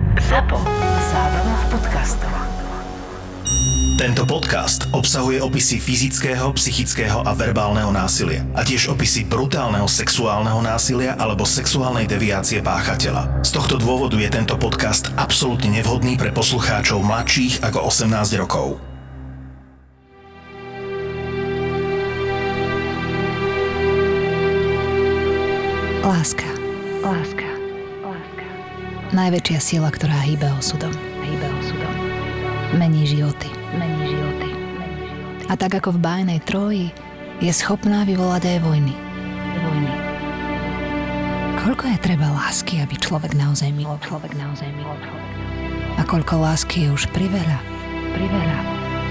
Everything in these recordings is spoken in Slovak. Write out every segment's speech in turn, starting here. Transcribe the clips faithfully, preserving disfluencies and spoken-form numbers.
Zapo. Zábrná v podcastov. Tento podcast obsahuje opisy fyzického, psychického a verbálneho násilia a tiež opisy brutálneho sexuálneho násilia alebo sexuálnej deviácie páchateľa. Z tohto dôvodu je tento podcast absolútne nevhodný pre poslucháčov mladších ako osemnásť rokov. Láska. Láska. Láska. Najväčšia sila, ktorá hýbe osudom. Hýbe osudom. Mení životy. Mení životy. Mení životy. A tak ako v bájnej Tróji je schopná vyvolať aj vojny. Vojny. Koľko je treba lásky, aby človek naozaj miloval? Človek naozaj miloval. A koľko lásky je už priveľa? Priveľa.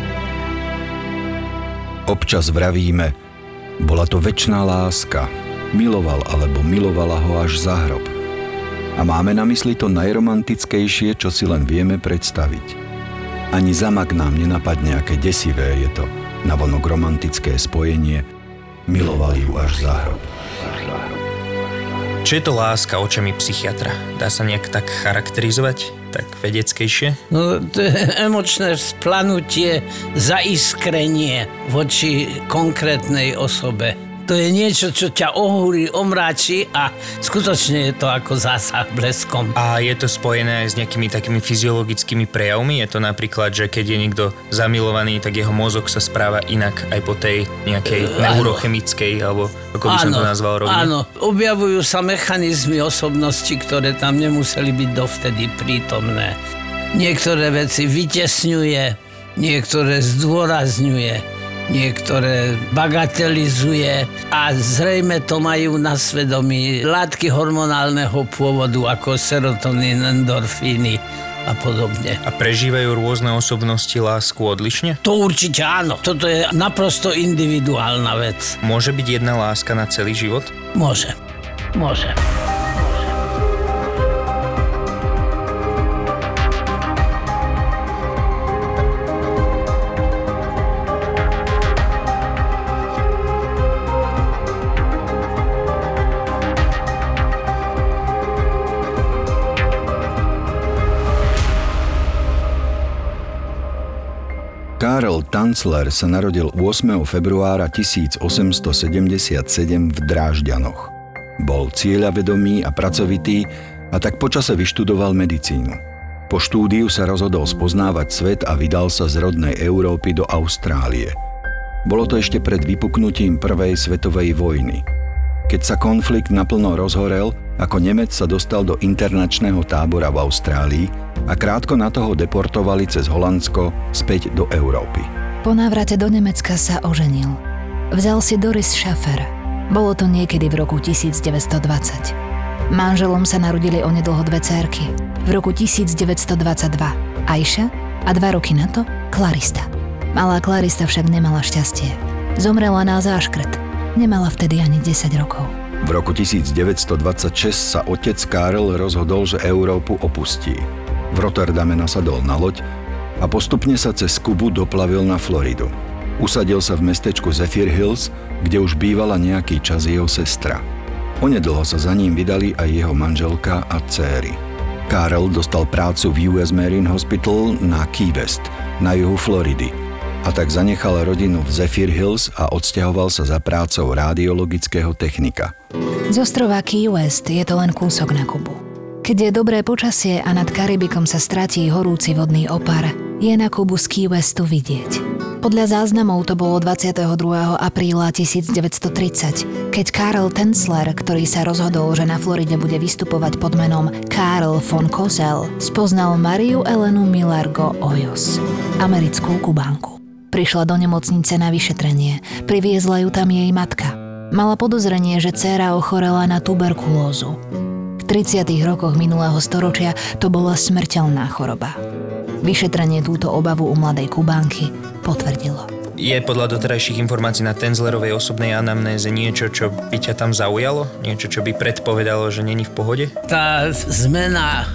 Občas vravíme, bola to večná láska. Miloval alebo milovala ho až za hrob. A máme na mysli to najromantickejšie, čo si len vieme predstaviť. Ani zamak nám nenapadne, aké desivé je to navonok romantické spojenie. Miloval ju až za hrob. Čo je to láska očami psychiatra? Dá sa nejak tak charakterizovať? Tak vedeckejšie? No, to je emočné vzplanutie, zaiskrenie voči konkrétnej osobe. To je niečo, čo ťa ohúri, omráči a skutočne je to ako zásah bleskom. A je to spojené aj s nejakými takými fyziologickými prejavmi? Je to napríklad, že keď je niekto zamilovaný, tak jeho mozog sa správa inak aj po tej nejakej neurochemickej, alebo ako by som áno, to nazval rovne? Áno, objavujú sa mechanizmy osobnosti, ktoré tam nemuseli byť dovtedy prítomné. Niektoré veci vytesňuje, niektoré zdôrazňuje, niektoré bagatelizuje a zrejme to majú na svedomí látky hormonálneho pôvodu ako serotonín, endorfíny a podobne. A prežívajú rôzne osobnosti lásku odlišne? To určite áno. Toto je naprosto individuálna vec. Môže byť jedna láska na celý život? Môže. Môže. Karel Tanzler sa narodil ôsmeho februára tisícosemstosedemdesiatsedem v Drážďanoch. Bol cieľavedomý a pracovitý a tak počase vyštudoval medicínu. Po štúdiu sa rozhodol spoznávať svet a vydal sa z rodnej Európy do Austrálie. Bolo to ešte pred vypuknutím prvej svetovej vojny. Keď sa konflikt naplno rozhorel, ako Nemec sa dostal do internačného tábora v Austrálii a krátko na toho deportovali cez Holandsko späť do Európy. Po návrate do Nemecka sa oženil. Vzal si Doris Schaffer. Bolo to niekedy v roku tisícdeväťstodvadsať. Manželom sa narodili onedlho dve dcérky. V roku tisícdeväťstodvadsaťdva Aisha a dva roky na to Clarista. Malá Clarista však nemala šťastie. Zomrela na záškrt. Nemala vtedy ani desať rokov. V roku tisícdeväťstodvadsaťšesť sa otec Karel rozhodol, že Európu opustí. V Rotterdame nasadol na loď a postupne sa cez Kubu doplavil na Floridu. Usadil sa v mestečku Zephyr Hills, kde už bývala nejaký čas jeho sestra. Onedlho sa za ním vydali aj jeho manželka a dcéry. Karel dostal prácu v ú es Marine Hospital na Key West, na juhu Floridy. A tak zanechal rodinu v Zephyr Hills a odsťahoval sa za prácou radiologického technika. Z ostrova Key West je to len kúsok na Kubu. Keď je dobré počasie a nad Karibikom sa stratí horúci vodný opar, je na Kubu z Key Westu vidieť. Podľa záznamov to bolo dvadsiateho druhého apríla tisícdeväťstotridsať, keď Karel Tanzler, ktorý sa rozhodol, že na Floride bude vystupovať pod menom Karel von Kozel, spoznal Mariu Elenu Millargo Hoyos, americkú Kubánku. Prišla do nemocnice na vyšetrenie. Priviezla ju tam jej matka. Mala podozrenie, že dcéra ochorela na tuberkulózu. V tridsiatych rokoch minulého storočia to bola smrteľná choroba. Vyšetrenie túto obavu u mladej Kubánky potvrdilo. Je podľa doterajších informácií na Tanzlerovej osobnej anamnéze niečo, čo by ťa tam zaujalo? Niečo, čo by predpovedalo, že není v pohode? Tá zmena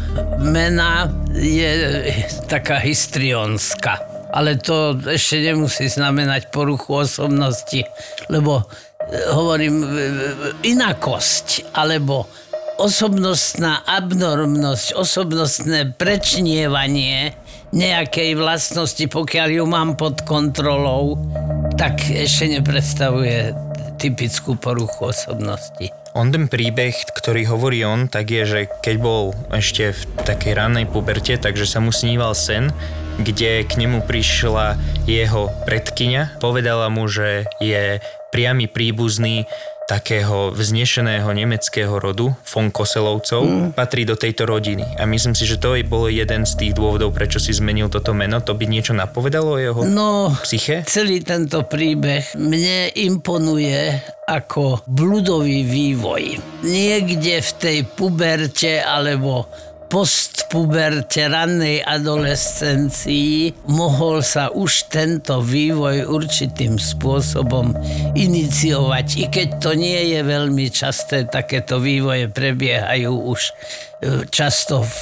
mena je taká histrionská. Ale to ešte nemusí znamenať poruchu osobnosti, lebo hovorím inakosť, alebo osobnostná abnormnosť, osobnostné prečnievanie nejakej vlastnosti, pokiaľ ju mám pod kontrolou, tak ešte nepredstavuje typickú poruchu osobnosti. On ten príbeh, ktorý hovorí on, tak je, že keď bol ešte v takej rannej puberte, takže sa mu sníval sen, kde k nemu prišla jeho predkyňa, povedala mu, že je priamy príbuzný takého vznešeného nemeckého rodu, von Koselovcov, mm. patrí do tejto rodiny. A myslím si, že to je bolo jeden z tých dôvodov, prečo si zmenil toto meno. To by niečo napovedalo o jeho no, psyche? Celý tento príbeh mne imponuje ako bludový vývoj. Niekde v tej puberte alebo postpuberte, rannej adolescencii mohol sa už tento vývoj určitým spôsobom iniciovať. I keď to nie je veľmi časté, takéto vývoje prebiehajú už často v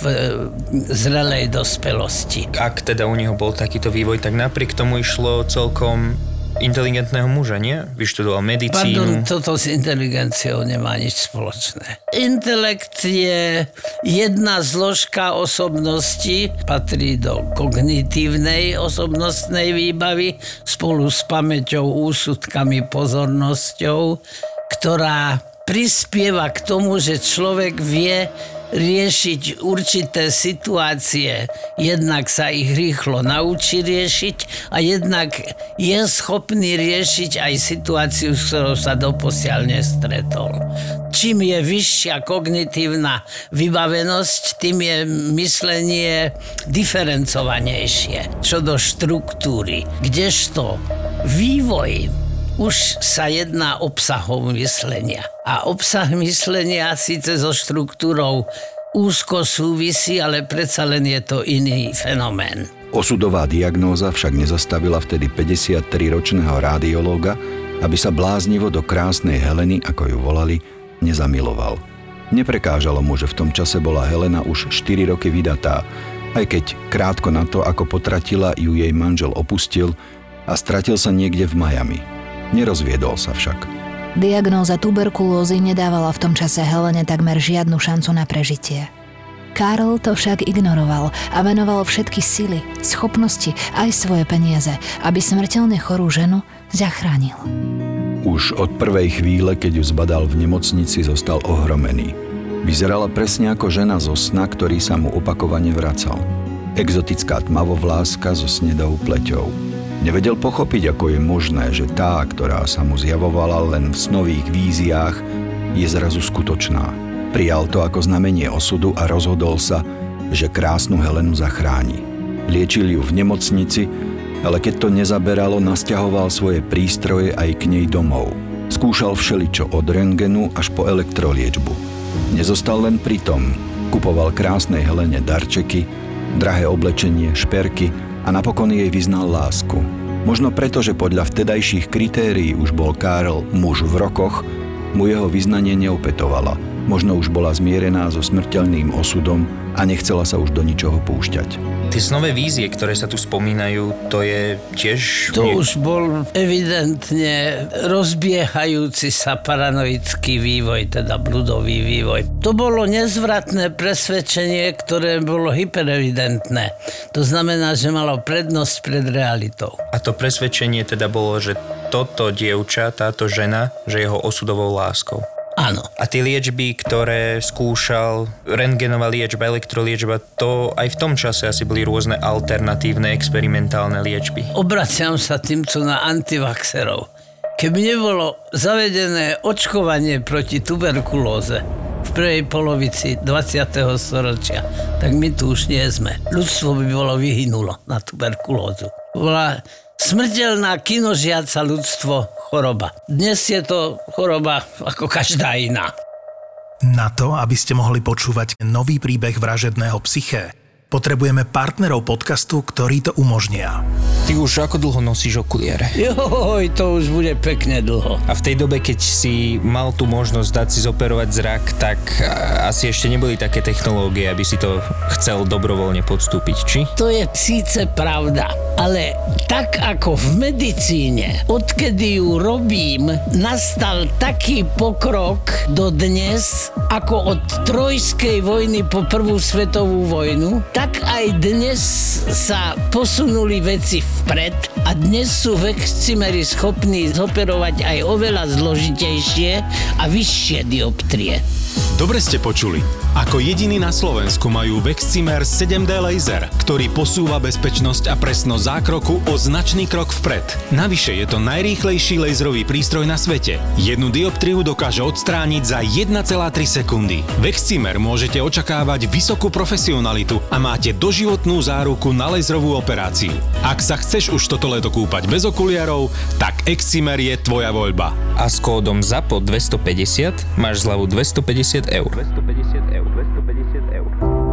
zrelej dospelosti. Ak teda u neho bol takýto vývoj, tak napriek tomu išlo celkom inteligentného muža, nie? Vyštudoval medicínu. Pardon, toto s inteligenciou nemá nič spoločné. Intelekt je jedna zložka osobnosti, patrí do kognitívnej osobnostnej výbavy spolu s pamäťou, úsudkami, pozornosťou, ktorá prispieva k tomu, že človek vie riešiť určité situácie. Jednak sa ich rýchlo naučí riešiť a jednak je schopný riešiť aj situáciu, s ktorou sa doposiaľ nestretol. Čím je vyššia kognitívna vybavenosť, tým je myslenie diferencovanejšie čo do štruktúry. Kdežto vývoj už sa jedná obsahom myslenia. A obsah myslenia síce so štruktúrou úzko súvisí, ale predsa len je to iný fenomén. Osudová diagnóza však nezastavila vtedy päťdesiattriročného radiológa, aby sa bláznivo do krásnej Heleny, ako ju volali, nezamiloval. Neprekážalo mu, že v tom čase bola Helena už štyri roky vydatá, aj keď krátko na to, ako potratila, ju jej manžel opustil a stratil sa niekde v Miami. Nerozviedol sa však. Diagnóza tuberkulózy nedávala v tom čase Helene takmer žiadnu šancu na prežitie. Karl to však ignoroval a venoval všetky sily, schopnosti aj svoje peniaze, aby smrteľne chorú ženu zachránil. Už od prvej chvíle, keď ju zbadal v nemocnici, zostal ohromený. Vyzerala presne ako žena zo sna, ktorý sa mu opakovane vracal. Exotická tmavovláska so snedou pleťou. Nevedel pochopiť, ako je možné, že tá, ktorá sa mu zjavovala len v snových víziách, je zrazu skutočná. Prijal to ako znamenie osudu a rozhodol sa, že krásnu Helenu zachráni. Liečil ju v nemocnici, ale keď to nezaberalo, nasťahoval svoje prístroje aj k nej domov. Skúšal všeličo od rentgenu až po elektroliečbu. Nezostal len pri tom. Kupoval krásnej Helene darčeky, drahé oblečenie, šperky a napokon jej vyznal lásku. Možno preto, že podľa vtedajších kritérií už bol Karl muž v rokoch, mu jeho vyznanie neopätovala. Možno už bola zmierená so smrteľným osudom a nechcela sa už do ničoho púšťať. Tie snové vízie, ktoré sa tu spomínajú, to je tiež... To už bol evidentne rozbiehajúci sa paranoický vývoj, teda bludový vývoj. To bolo nezvratné presvedčenie, ktoré bolo hyperevidentné. To znamená, že malo prednosť pred realitou. A to presvedčenie teda bolo, že toto dievča, táto žena, že jeho osudovou láskou. Áno. A tie liečby, ktoré skúšal, rentgenová liečba, elektroliečba, to aj v tom čase asi boli rôzne alternatívne experimentálne liečby. Obraciam sa týmto na antivaxerov. Keby nebolo zavedené očkovanie proti tuberkulóze v prvej polovici dvadsiateho storočia, tak my tu už nie sme. Ľudstvo by bolo vyhynulo na tuberkulózu. Bola smrteľná kinožiaca ľudstvo choroba. Dnes je to choroba ako každá iná. Na to, aby ste mohli počúvať nový príbeh vražedného psyché, Potrebujeme partnerov podcastu, ktorí to umožnia. Ty už ako dlho nosíš okuliare? Joj, to už bude pekne dlho. A v tej dobe, keď si mal tú možnosť dať si zoperovať zrak, tak asi ešte neboli také technológie, aby si to chcel dobrovoľne podstúpiť, či? To je síce pravda, ale tak ako v medicíne, odkedy ju robím, nastal taký pokrok do dnes, ako od Trojskej vojny po prvú svetovú vojnu, tak aj dnes sa posunuli veci vpred a dnes sú vexcimery schopní zoperovať aj oveľa zložitejšie a vyššie dioptrie. Dobre ste počuli. Ako jediný na Slovensku majú Vexcimer sedem dé laser, ktorý posúva bezpečnosť a presnosť zákroku o značný krok vpred. Navyše je to najrýchlejší laserový prístroj na svete. Jednu dioptriu dokáže odstrániť za jedna celá tri sekundy. Vexcimer môžete očakávať vysokú profesionalitu a máte doživotnú záruku na laserovú operáciu. Ak sa chceš už toto leto kúpať bez okuliarov, tak Excimer je tvoja voľba. A s kódom ZAPO dvestopäťdesiat máš zľavu dvestopäťdesiat eur. dvestopäťdesiat eur, dvestopäťdesiat eur.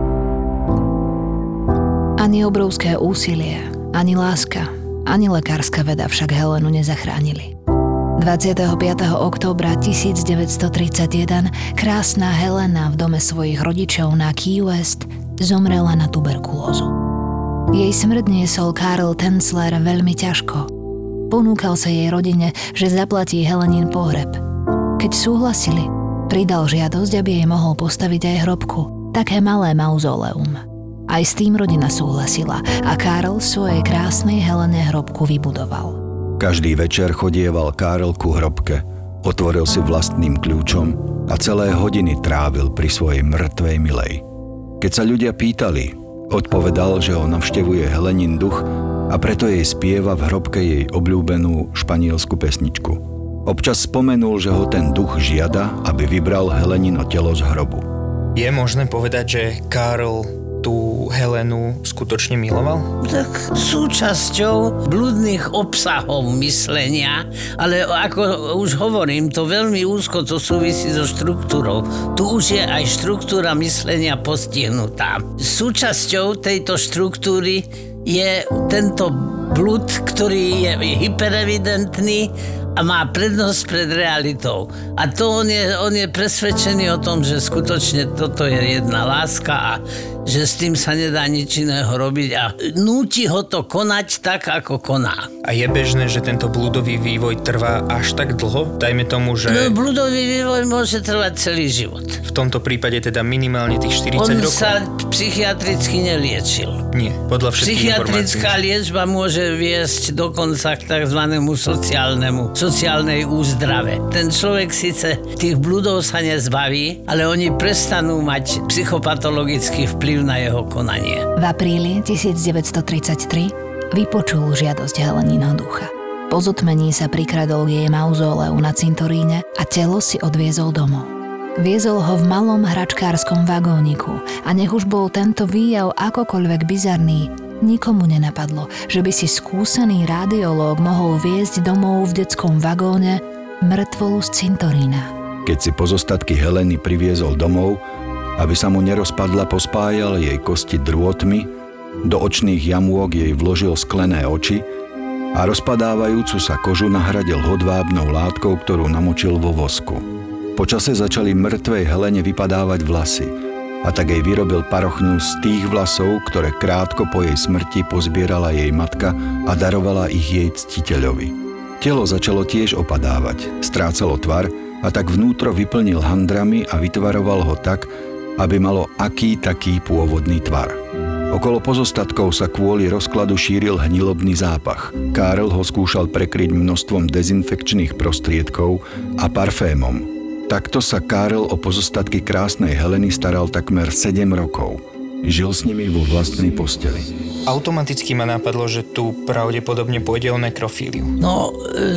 Ani obrovské úsilie, ani láska, ani lekárska veda však Helenu nezachránili. dvadsiateho piateho októbra tisícdeväťstotridsaťjeden krásna Helena v dome svojich rodičov na Key West zomrela na tuberkulózu. Jej smrť niesol Karl Tenzler veľmi ťažko. Ponúkal sa jej rodine, že zaplatí Helenin pohreb. Keď súhlasili, pridal žiadosť, aby jej mohol postaviť aj hrobku, také malé mauzóleum. Aj s tým rodina súhlasila a Karl svojej krásnej Helene hrobku vybudoval. Každý večer chodieval Karl ku hrobke, otvoril si vlastným kľúčom a celé hodiny trávil pri svojej mŕtvej milej. Keď sa ľudia pýtali, odpovedal, že ho navštevuje Helenin duch a preto jej spieva v hrobke jej obľúbenú španielsku pesničku. Občas spomenul, že ho ten duch žiada, aby vybral Helenino telo z hrobu. Je možné povedať, že Karl tú Helenu skutočne miloval? Tak súčasťou blúdnych obsahov myslenia, ale ako už hovorím, to veľmi úzko to súvisí so štruktúrou. Tu už je aj štruktúra myslenia postihnutá. Súčasťou tejto štruktúry je tento blúd, ktorý je hyperevidentný a má prednosť pred realitou. A to on je, on je presvedčený o tom, že skutočne toto je jedna láska a že s tým sa nedá nič iného robiť a núti ho to konať tak, ako koná. A je bežné, že tento blúdový vývoj trvá až tak dlho? Dajme tomu, že... No, blúdový vývoj môže trvať celý život. V tomto prípade teda minimálne tých štyridsať On rokov? sa psychiatricky neliečil. Nie, podľa všetkých Psychiatrická informácií. liečba môže viesť dokonca k takzvanému sociálnemu, sociálnej úzdrave. Ten človek síce tých blúdov sa nezbaví, ale oni prestanú mať psychopatologický vplyv na jeho konanie. V apríli tisícdeväťstotridsaťtri vypočul žiadosť Helenina ducha. Po zotmení sa prikradol k jej mauzóleu na cintoríne a telo si odviezol domov. Viezol ho v malom hračkárskom vagóniku a nech už bol tento výjav akokoľvek bizarný, nikomu nenapadlo, že by si skúsený radiológ mohol viesť domov v detskom vagóne mŕtvolu z cintorína. Keď si pozostatky Heleny priviezol domov, aby sa mu nerozpadla, pospájal jej kosti drôtmi, do očných jamôk jej vložil sklené oči a rozpadávajúcu sa kožu nahradil hodvábnou látkou, ktorú namočil vo vosku. Po čase začali mŕtvej Helene vypadávať vlasy a tak jej vyrobil parochňu z tých vlasov, ktoré krátko po jej smrti pozbierala jej matka a darovala ich jej ctiteľovi. Telo začalo tiež opadávať, strácalo tvar a tak vnútro vyplnil handrami a vytvaroval ho tak, aby malo aký taký pôvodný tvar. Okolo pozostatkov sa kvôli rozkladu šíril hnilobný zápach. Karl ho skúšal prekryť množstvom dezinfekčných prostriedkov a parfémom. Takto sa Karl o pozostatky krásnej Heleny staral takmer sedem rokov. Žil s nimi vo vlastnej posteli. Automaticky ma napadlo, že tu pravdepodobne pôjde o nekrofíliu. No,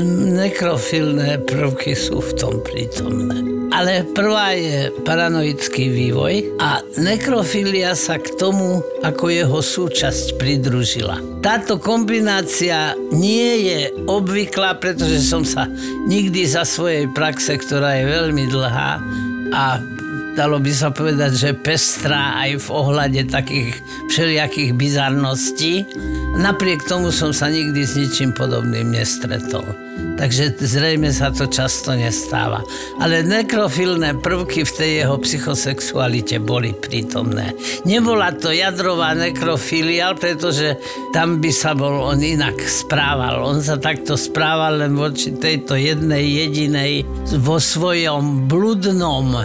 nekrofilné prvky sú v tom prítomné. Ale prvá je paranoický vývoj a nekrofilia sa k tomu ako jeho súčasť pridružila. Táto kombinácia nie je obvyklá, pretože som sa nikdy za svojej praxe, ktorá je veľmi dlhá a dalo by sa povedať, že pestrá aj v ohľade takých všelijakých bizarností. Napriek tomu som sa nikdy s ničím podobným nestretol. Takže zrejme sa to často nestáva. Ale nekrofilné prvky v tej jeho psychosexualite boli prítomné. Nebola to jadrová nekrofilia, pretože tam by sa bol on inak správal. On sa takto správal len voči tejto jednej jedinej vo svojom bludnom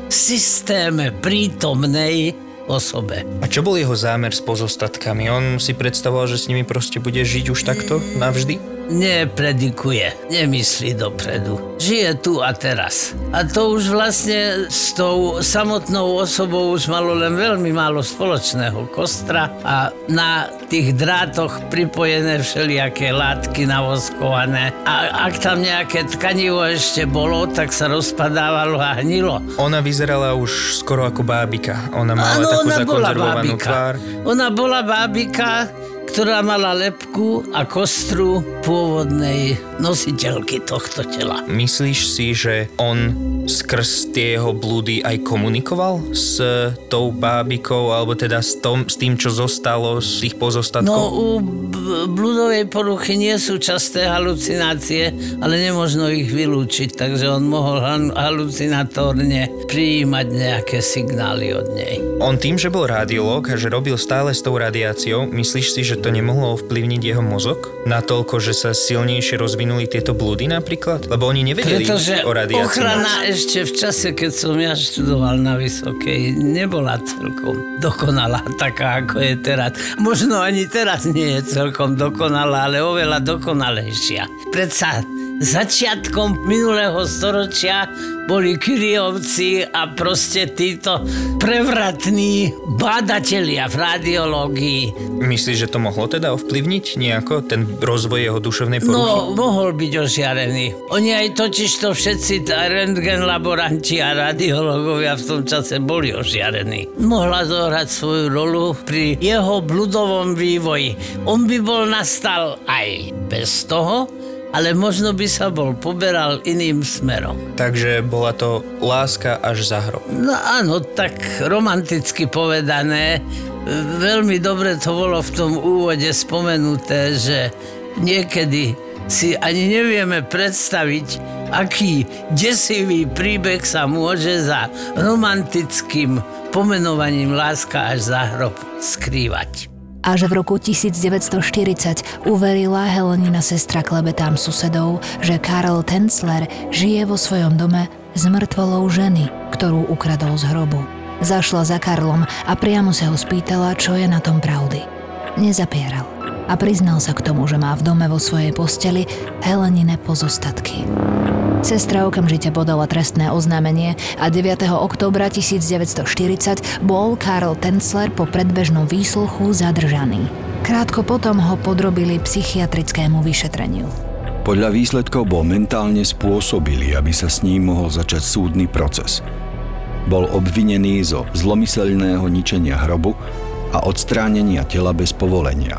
systéme prítomnej osobe. A čo bol jeho zámer s pozostatkami? On si predstavoval, že s nimi proste bude žiť už takto navždy? Nepredikuje, nemyslí dopredu. Žije tu a teraz. A to už vlastne s tou samotnou osobou už malo len veľmi málo spoločného. Kostra a na tých drátoch pripojené všelijaké látky navoskované. A ak tam nejaké tkanivo ešte bolo, tak sa rozpadávalo a hnilo. Ona vyzerala už skoro ako bábika. Ona mala Áno, takú ona bola zakonzervovanú bábika. tvár. Ona bola bábika, ktorá mala lebku a kostru pôvodnej nositeľky tohto tela. Myslíš si, že on skrz tie jeho blúdy aj komunikoval s tou bábikou, alebo teda s, tom, s tým, čo zostalo z tých pozostatkov? No, u b- blúdovej poruchy nie sú časté halucinácie, ale nemožno ich vylúčiť, takže on mohol halucinatórne prijímať nejaké signály od nej. On tým, že bol radiológ a že robil stále s tou radiáciou, myslíš si, že to nemohlo ovplyvniť jeho mozog? Natoľko, že sa silnejšie rozvinuli tieto blúdy napríklad? Lebo oni nevedeli Pretože o radiácii. ochrana ešte v čase, keď som ja študoval na Vysokej, nebola celkom dokonalá, taká ako je teraz. Možno ani teraz nie je celkom dokonalá, ale oveľa dokonalejšia. Predsa začiatkom minulého storočia boli Curyovci a proste títo prevratní bádatelia v radiológii. Myslíš, že to mohlo teda ovplyvniť nejako ten rozvoj jeho duševnej poruchy? No, mohol byť ožiarený. Oni aj totiž to všetci rentgen laboranti a radiológovia v tom čase boli ožiarení. Mohla zohrať svoju rolu pri jeho bludovom vývoji. On by bol nastal aj bez toho, ale možno by sa bol poberal iným smerom. Takže bola to láska až za hrob. No áno, tak romanticky povedané. Veľmi dobre to bolo v tom úvode spomenuté, že niekedy si ani nevieme predstaviť, aký desivý príbeh sa môže za romantickým pomenovaním láska až za hrob skrývať. Až v roku devätnásťstoštyridsať uverila Helenina sestra klebetám susedov, že Karl Tenzler žije vo svojom dome s mŕtvolou ženy, ktorú ukradol z hrobu. Zašla za Karlom a priamo sa ho spýtala, čo je na tom pravdy. Nezapieral a priznal sa k tomu, že má v dome vo svojej posteli Helenine pozostatky. Sestra okamžite podala trestné oznámenie a deviateho októbra devätnásťstoštyridsať bol Karl Tenzler po predbežnom výsluchu zadržaný. Krátko potom ho podrobili psychiatrickému vyšetreniu. Podľa výsledkov bol mentálne spôsobilý, aby sa s ním mohol začať súdny proces. Bol obvinený zo zlomyselného ničenia hrobu a odstránenia tela bez povolenia.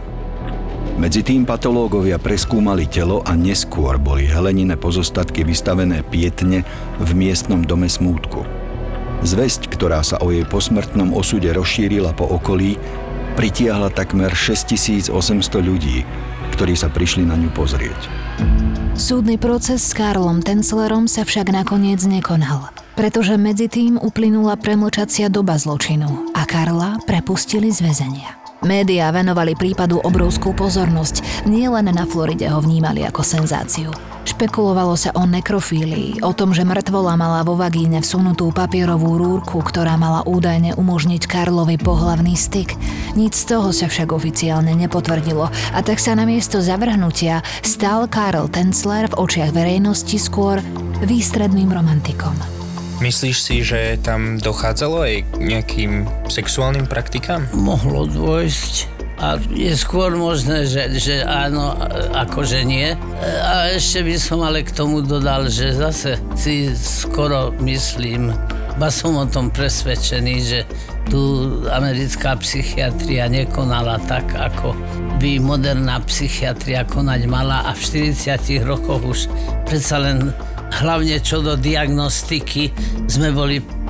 Medzi tým patológovia preskúmali telo a neskôr boli Helenine pozostatky vystavené pietne v miestnom dome smútku. Zvesť, ktorá sa o jej posmrtnom osude rozšírila po okolí, pritiahla takmer šesťtisícosemsto ľudí, ktorí sa prišli na ňu pozrieť. Súdny proces s Karlom Tenzlerom sa však nakoniec nekonal, pretože medzi tým uplynula premlčacia doba zločinu a Karla prepustili z väzenia. Médiá venovali prípadu obrovskú pozornosť, nielen na Floride ho vnímali ako senzáciu. Špekulovalo sa o nekrofílii, o tom, že mŕtvola mala vo vagíne vsunutú papierovú rúrku, ktorá mala údajne umožniť Karlovi pohlavný styk. Nic z toho sa však oficiálne nepotvrdilo a tak sa namiesto zavrhnutia stal Karl Tenzler v očiach verejnosti skôr výstredným romantikom. Myslíš si, že tam dochádzalo aj k nejakým sexuálnym praktikám? Mohlo dôjsť a je skôr možné, že, že áno, akože nie. A ešte by som ale k tomu dodal, že zase si skoro myslím, ba som o tom presvedčený, že tu americká psychiatria nekonala tak, ako by moderná psychiatria konať mala a v štyridsiatich rokoch už predsa len hlavne čo do diagnostiky sme boli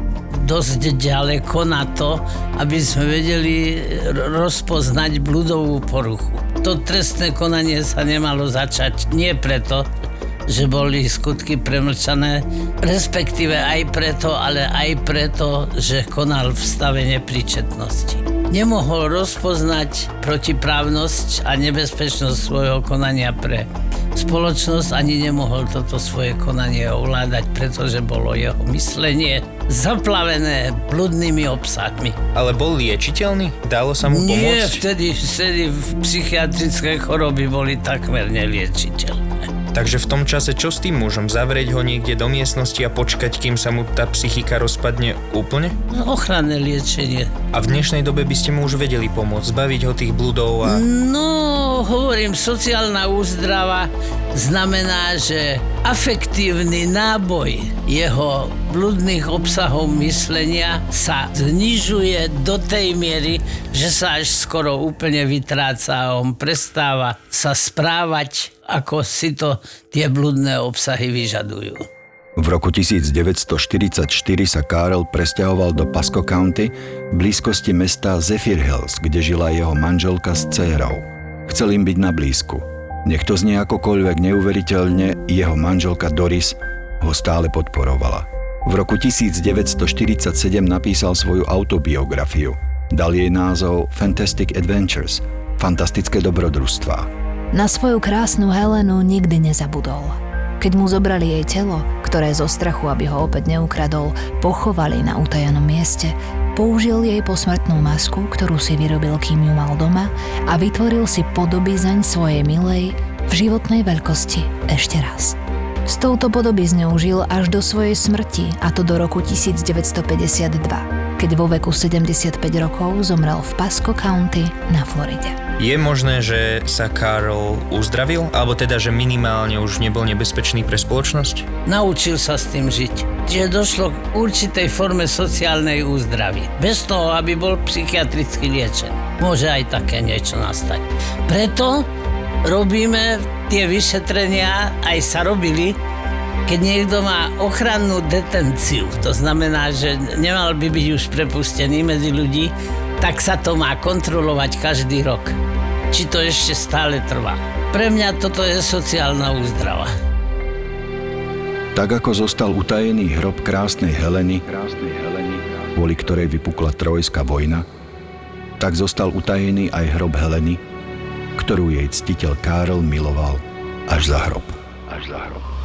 dosť ďaleko na to, aby sme vedeli rozpoznať bludovú poruchu. To trestné konanie sa nemalo začať nie preto, že boli skutky premlčané, respektíve aj preto, ale aj preto, že konal v stave nepríčetnosti. Nemohol rozpoznať protiprávnosť a nebezpečnosť svojho konania pre spoločnosť, ani nemohol toto svoje konanie ovládať, pretože bolo jeho myslenie zaplavené bludnými obsahmi. Ale bol liečiteľný? Dalo sa mu pomôcť? Nie, vtedy, vtedy psychiatrické choroby boli takmer neliečiteľné. Takže v tom čase čo s tým mužom? Zavrieť ho niekde do miestnosti a počkať, kým sa mu tá psychika rozpadne úplne? No, ochranné liečenie. A v dnešnej dobe by ste mu už vedeli pomôcť, zbaviť ho tých bludov a... No, hovorím, sociálna úzdrava znamená, že afektívny náboj jeho bludných obsahov myslenia sa znižuje do tej miery, že sa až skoro úplne vytráca a on prestáva sa správať, ako si to tie bludné obsahy vyžadujú. V roku devätnásťstoštyridsaťštyri sa Karel presťahoval do Pasco County v blízkosti mesta Zephyr Hills, kde žila jeho manželka s dcérou. Chcel im byť na blízku. Nech to znie akokoľvek neuveriteľne, jeho manželka Doris ho stále podporovala. V roku devätnásťstoštyridsaťsedem napísal svoju autobiografiu. Dal jej názov Fantastic Adventures, fantastické dobrodružstvá. Na svoju krásnu Helenu nikdy nezabudol. Keď mu zobrali jej telo, ktoré zo strachu, aby ho opäť neukradol, pochovali na utajenom mieste, použil jej posmrtnú masku, ktorú si vyrobil, kým ju mal doma, a vytvoril si podobizaň svojej milej v životnej veľkosti ešte raz. S touto podobizňou žil až do svojej smrti, a to do roku devätnásťstopäťdesiatdva, keď vo veku sedemdesiatpäť rokov zomrel v Pasco County na Floride. Je možné, že sa Karel uzdravil? Alebo teda, že minimálne už nebol nebezpečný pre spoločnosť? Naučil sa s tým žiť. Čiže došlo k určitej forme sociálnej úzdravy. Bez toho, aby bol psychiatricky liečený. Môže aj také niečo nastať. Preto robíme tie vyšetrenia, aj sa robili, keď niekto má ochrannú detenciu. To znamená, že nemal by byť už prepustený medzi ľudí, tak sa to má kontrolovať každý rok. Či to ešte stále trvá. Pre mňa toto je sociálna úzdrava. Tak ako zostal utajený hrob krásnej Heleny, kvôli ktorej vypukla Trojská vojna, tak zostal utajený aj hrob Heleny, ktorú jej ctiteľ Karel miloval až za hrob. Až za hrob.